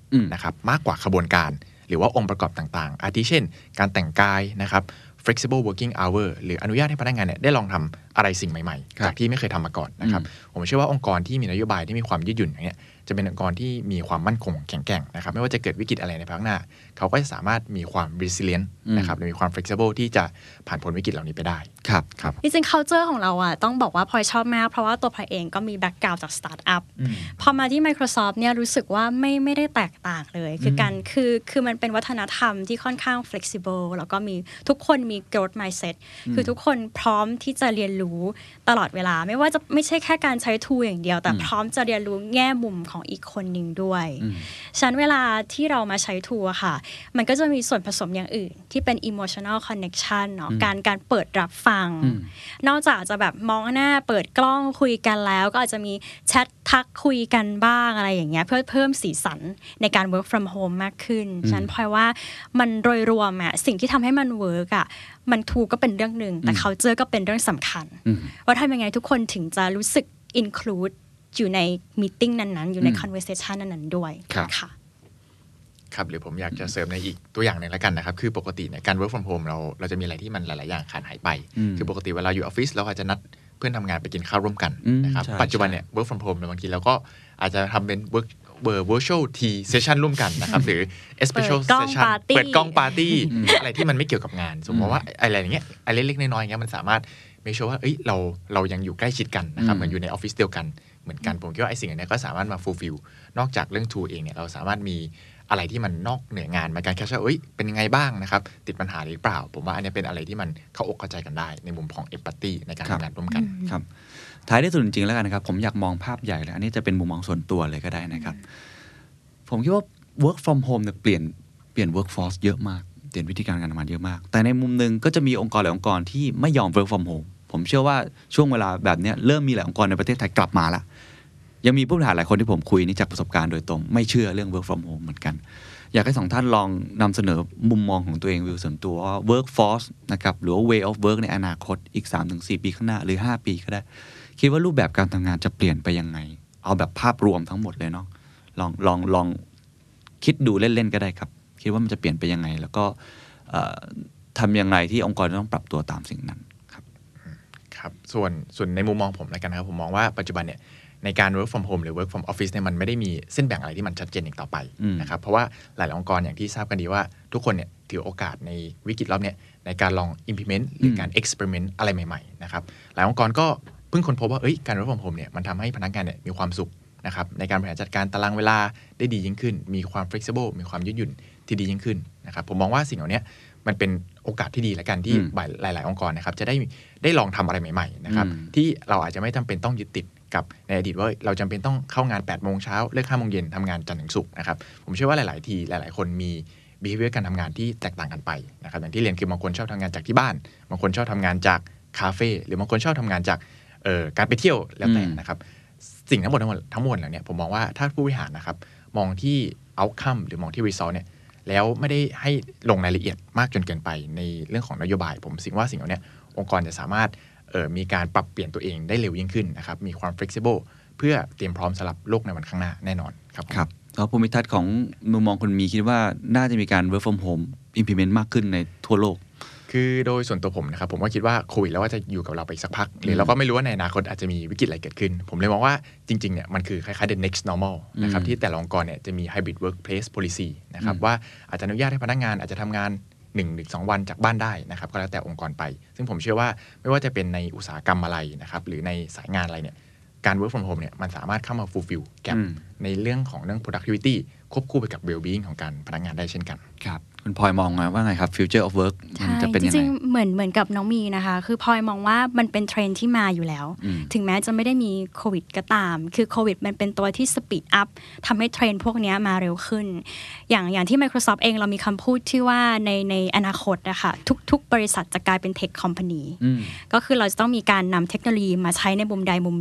นะครับมากกว่าขบวนการหรือว่าองค์ประกอบต่างๆอาทิเช่นการแต่งกายนะครับ flexible working hour หรืออนุญาตให้พนักงานเนี่ยได้ลองทำอะไรสิ่งใหม่ๆจากที่ไม่เคยทำมาก่อนนะครับผมเชื่อว่าองค์กรที่มีนโยบายที่มีความยืดหยุ่นอย่างเงี้ยจะเป็นองค์กรที่มีความมั่นคงแข็งแกร่งนะครับไม่ว่าจะเกิดวิกฤตอะไรในภายภาคหน้าเขาก็จะสามารถมีความ resilient นะครับหรือมีความ flexible ที่จะผ่านพ้นวิกฤตเหล่านี้ไปได้ครับครับจริงๆ culture ของเราอ่ะต้องบอกว่าพลอยชอบมากเพราะว่าตัวพลอยเองก็มี background จาก startup พอมาที่ Microsoft เนี่ยรู้สึกว่าไม่ไม่ได้แตกต่างเลยคือการคือคือมันเป็นวัฒนธรรมที่ค่อนข้าง flexible แล้วก็มีทุกคนมี growth mindset คือทุกคนพร้อมที่จะเรียนรู้ตลอดเวลาไม่ว่าจะไม่ใช่แค่การใช้ tool อย่างเดียวแต่พร้อมจะเรียนรู้แง่มุมของอีกคนนึงด้วยฉะนั้นเวลาที่เรามาใช้ tool อะค่ะมันก็จะมีส่วนผสมอย่างอื่นที่เป็น emotional connection เนาะการการเปิดรับฟังนอกจากจะแบบมองหน้าเปิดกล้องคุยกันแล้วก็อาจจะมีแชททักคุยกันบ้างอะไรอย่างเงี้ยเพื่อเพิ่มสีสันในการ work from home มากขึ้นฉะนั้นพลอยว่ามันโดยรวมอะสิ่งที่ทำให้มัน work อะมัน tool ก็เป็นเรื่องนึงแต่ culture ก็เป็นเรื่องสำคัญว่าทำยังไงทุกคนถึงจะรู้สึก include อยู่ใน meeting นั้นๆอยู่ใน conversation นั้นๆด้วยค่ะครับหรือผมอยากจะเสริมในอีกตัวอย่างหนึ่งแล้วกันนะครับคือปกติเนี่ยการ work from home เราเราจะมีอะไรที่มันหลายๆอย่างขาดหายไปคือปกติเวลาอยู่ออฟฟิศเราอาจจะนัดเพื่อนทำงานไปกินข้าวร่วมกันนะครับปัจจุบันเนี่ย work from home บางทีเราก็อาจจะทำเป็น work virtual tea session ร่วมกันนะครับหรือ special session เปิดกล้องปาร์ตี้อะไรที่มันไม่เกี่ยวกับงานสมมติว่าอะไรอย่างเงี้ยอะไรเล็กๆน้อยๆอย่างเงี้ยมันสามารถmake sureว่าเอ้ยเราเรายังอยู่ใกล้ชิดกันนะครับเหมือนอยู่ในออฟฟิศเดียวกันเหมือนกันผมคิดว่าไอ้สิ่งนี้ก็สามารถมา fulfill นอกจากเรื่อง tool เองเนี่ยเราสามารถมีอะไรที่มันนอกเหนืองานมาการแค่ว่าเอ้ยเป็นยังไงบ้างนะครับติดปัญหาหรือเปล่าผมว่าอันนี้เป็นอะไรที่มันเข้าอกเข้าใจกันได้ในมุมของ empathy ในการทำงานร่วมกันครับท้ายที่สุดจริงๆแล้วกันนะครับผมอยากมองภาพใหญ่เลยอันนี้จะเป็นมุมมองส่วนตัวเลยก็ได้นะครับผมคิดว่า work from home เนี่ยเปลี่ยนเปลี่ยน workforce เยอะมากเปลี่ยนวิธีการการทำงานเยอะมากแต่ในมุมนึงก็จะมีองค์กรหลายองค์กรที่ไม่ยอม work from home ผมเชื่อว่าช่วงเวลาแบบนี้เริ่มมีหลายองค์กรในประเทศไทยกลับมาแล้วยังมีผู้บริหารหลายคนที่ผมคุยนี่จากประสบการณ์โดยตรงไม่เชื่อเรื่อง work from home เหมือนกันอยากให้สองท่านลองนำเสนอมุมมองของตัวเองวิวส่วนตัวว่า workforce นะครับหรือว่า way of work ในอนาคตอีก สามถึงสี่ ปีข้างหน้าหรือห้าปีก็ได้คิดว่ารูปแบบการทำงานจะเปลี่ยนไปยังไงเอาแบบภาพรวมทั้งหมดเลยเนาะลองลองลองคิดดูเล่นๆก็ได้ครับคิดว่ามันจะเปลี่ยนไปยังไงแล้วก็ทำยังไงที่องค์กรจะต้องปรับตัวตามสิ่งนั้นครับครับส่วนส่วนในมุมมองผมแล้วกันครับผมมองว่าปัจจุบันเนี่ยในการ work from home หรือ work from office เนี่ยมันไม่ได้มีเส้นแบ่งอะไรที่มันชัดเจนอีกต่อไปนะครับเพราะว่าหลายๆองค์กรอย่างที่ทราบกันดีว่าทุกคนเนี่ยถือโอกาสในวิกฤตรอบนี้ในการลอง implement หรือการ experiment อะไรใหม่ๆนะครับหลายองค์กรก็เพิ่งค้นพบว่าเอ้ยการ work from home เนี่ยมันทำให้พนักงานเนี่ยมีความสุขนะครับในการบริหารจัดการตารางเวลาได้ดียิ่งขึ้นมีความ flexible มีความยืดหยุ่นที่ดียิ่งขึ้นนะครับผมมองว่าสิ่งเหล่านี้มันเป็นโอกาสที่ดีและกันที่หลายๆองค์กรนะครับจะได้ได้ลองทำอะไรใหม่ๆนะครับที่เราอาจจะไม่จำเป็นต้องยึดติดกับในอดีตว่าเราจำเป็นต้องเข้างานแปดโมงเช้าเลิกห้าโมงเย็นทำงานจันทร์ถึงศุกร์นะครับผมเชื่อว่าหลายๆทีหลายๆคนมี behavior การทำงานที่แตกต่างกันไปนะครับอย่างที่เรียนคือบางคนชอบทำงานจากที่บ้านบางคนชอบทำงานจากคาเฟ่หรือบางคนชอบทำงานจากเอ่อการไปเที่ยวแล้วแต่นะครับสิ่งทั้งหมดทั้งหมดทั้งมวลเหล่านี้ผมมองว่าถ้าผู้บริหารนะครับมองที่ outcome หรือมองที่ result เนี่ยแล้วไม่ได้ให้ลงรายละเอียดมากจนเกินไปในเรื่องของนโยบายผมคิดว่าสิ่งเหล่านี้องค์กรจะสามารถเอ่อมีการปรับเปลี่ยนตัวเองได้เร็วยิ่งขึ้นนะครับมีความ flexible เพื่อเตรียมพร้อมสำหรับโลกในวันข้างหน้าแน่นอนครับครับแล้วภูมิทัศน์ของมุมมองคุณมีคิดว่าน่าจะมีการ work from home implement มากขึ้นในทั่วโลกคือโดยส่วนตัวผมนะครับผมว่าคิดว่าโควิดแล้วว่าจะอยู่กับเราไปสักพักหรือเราก็ไม่รู้ว่าในอนาคตอาจจะมีวิกฤตอะไรเกิดขึ้นผมเลยมองว่าจริงๆเนี่ยมันคือคล้ายๆ the next normal นะครับที่แต่ละองค์กรเนี่ยจะมี hybrid workplace policy นะครับว่าอาจจะอนุญาตให้พนักงานอาจจะทำงานหนึ่งถึงสองวันจากบ้านได้นะครับก็แล้วแต่องค์กรไปซึ่งผมเชื่อว่าไม่ว่าจะเป็นในอุตสาหกรรมอะไรนะครับหรือในสายงานอะไรเนี่ยการ work from home เนี่ยมันสามารถเข้ามา fulfill gap ในเรื่องของเรื่อง productivity ควบคู่ไปกับ well-being ของการพนักงานได้เช่นกันครับคุณพลอยมองว่าไงครับ future of work มันจะเป็นยังไงจริงๆเหมือนเหมือนกับน้องมีนะคะคือพลอยมองว่ามันเป็นเทรนด์ที่มาอยู่แล้วถึงแม้จะไม่ได้มีโควิดก็ตามคือโควิดมันเป็นตัวที่ speed up ทำให้เทรนด์พวกนี้มาเร็วขึ้นอย่างอย่างที่ Microsoft เองเรามีคำพูดที่ว่าในในอนาคตนะคะทุกๆบริษัทจะกลายเป็น tech company ก็คือเราจะต้องมีการนำเทคโนโลยีมาใช้ในมุมใดมุมหนึ่ง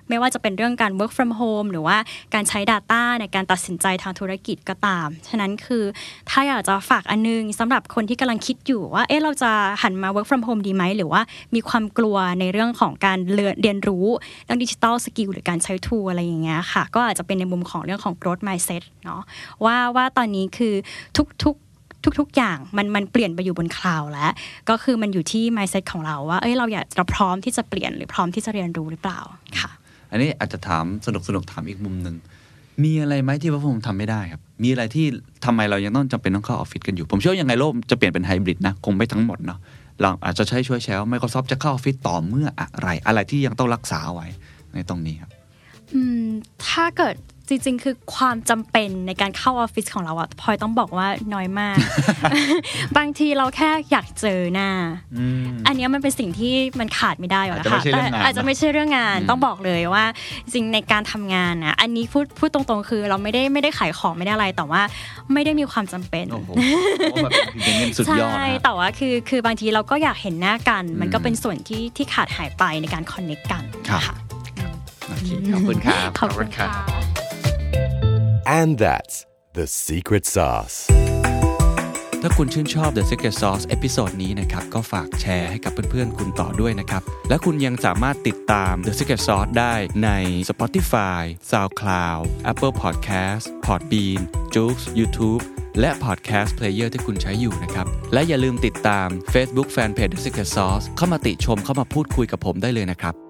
ไม่ว่าจะเป็นเรื่องการ work from home หรือว่าการใช้ data ในการตัดสินใจทางธุรกิจก็ตามฉะนั้นคือถ้าอยากจะฝากอันนึงสำหรับคนที่กำลังคิดอยู่ว่าเอ๊ะเราจะหันมา work from home ดีไหมหรือว่ามีความกลัวในเรื่องของการเรียนรู้เรื่อง digital skill หรือการใช้ tool อะไรอย่างเงี้ยค่ะก็อาจจะเป็นในมุมของเรื่องของ growth mindset เนาะว่าว่าตอนนี้คือทุกๆทุกๆอย่างมันมันเปลี่ยนไปอยู่บนคลาวด์แล้วก็คือมันอยู่ที่ mindset ของเราว่าเอ้ยเราอยากเราพร้อมที่จะเปลี่ยนหรือพร้อมที่จะเรียนรู้หรือเปล่าค่ะอันนี้อาจจะถามสนุกๆถามอีกมุมนึงมีอะไรไหมที่ว่าผมทำไม่ได้ครับมีอะไรที่ทำไมเรายังต้องจำเป็นต้องเข้าออฟฟิศกันอยู่ผมเชื่อว่ายังไงโลกจะเปลี่ยนเป็นไฮบริดนะคงไม่ทั้งหมดเนาะเราอาจจะใช้ช่วยแชร์ Microsoft จะเข้าออฟฟิศต่อเมื่ออะไรอะไรที่ยังต้องรักษาไว้ในตรงนี้ครับอืมถ้าเกิดจริงๆคือความจำเป็นในการเข้าออฟฟิศของเราอะพลอยต้องบอกว่าน้อยมาก บางทีเราแค่อยากเจอหน้า อ, อันนี้มันเป็นสิ่งที่มันขาดไม่ได้อยู่แล้วค่ะแต่อาจจะไม่ใช่เรื่องงานต้องบอกเลยว่าจริงในการทำงานนะอันนี้พูดพูดตรงๆคือเราไม่ได้ไม่ได้ขายของไม่ได้อะไรแต่ว่าไม่ได้มีความจำเป็นโอ้โหแบบเป็นเงินสุดยอดนะใช่แต่ว่าคือคือบางทีเราก็อยากเห็นหน้ากันมันก็เป็นส่วนที่ที่ขาดหายไปในการคอนเนคกันค่ะโอเคขอบคุณครับขอบคุณค่ะ And that's the secret sauce ถ้าคุณชื่นชอบ The Secret Sauce เอพิโซดนี้นะครับก็ฝากแชร์ให้กับเพื่อนๆคุณต่อด้วยนะครับและคุณยังสามารถติดตาม The Secret Sauce ได้ใน Spotify, SoundCloud, Apple Podcast, Podbean, Joox, YouTube และ Podcast Player ที่คุณใช้อยู่นะครับและอย่าลืมติดตาม Facebook Fanpage The Secret Sauce เข้ามาติชมเข้ามาพูดคุยกับผมได้เลยนะครับ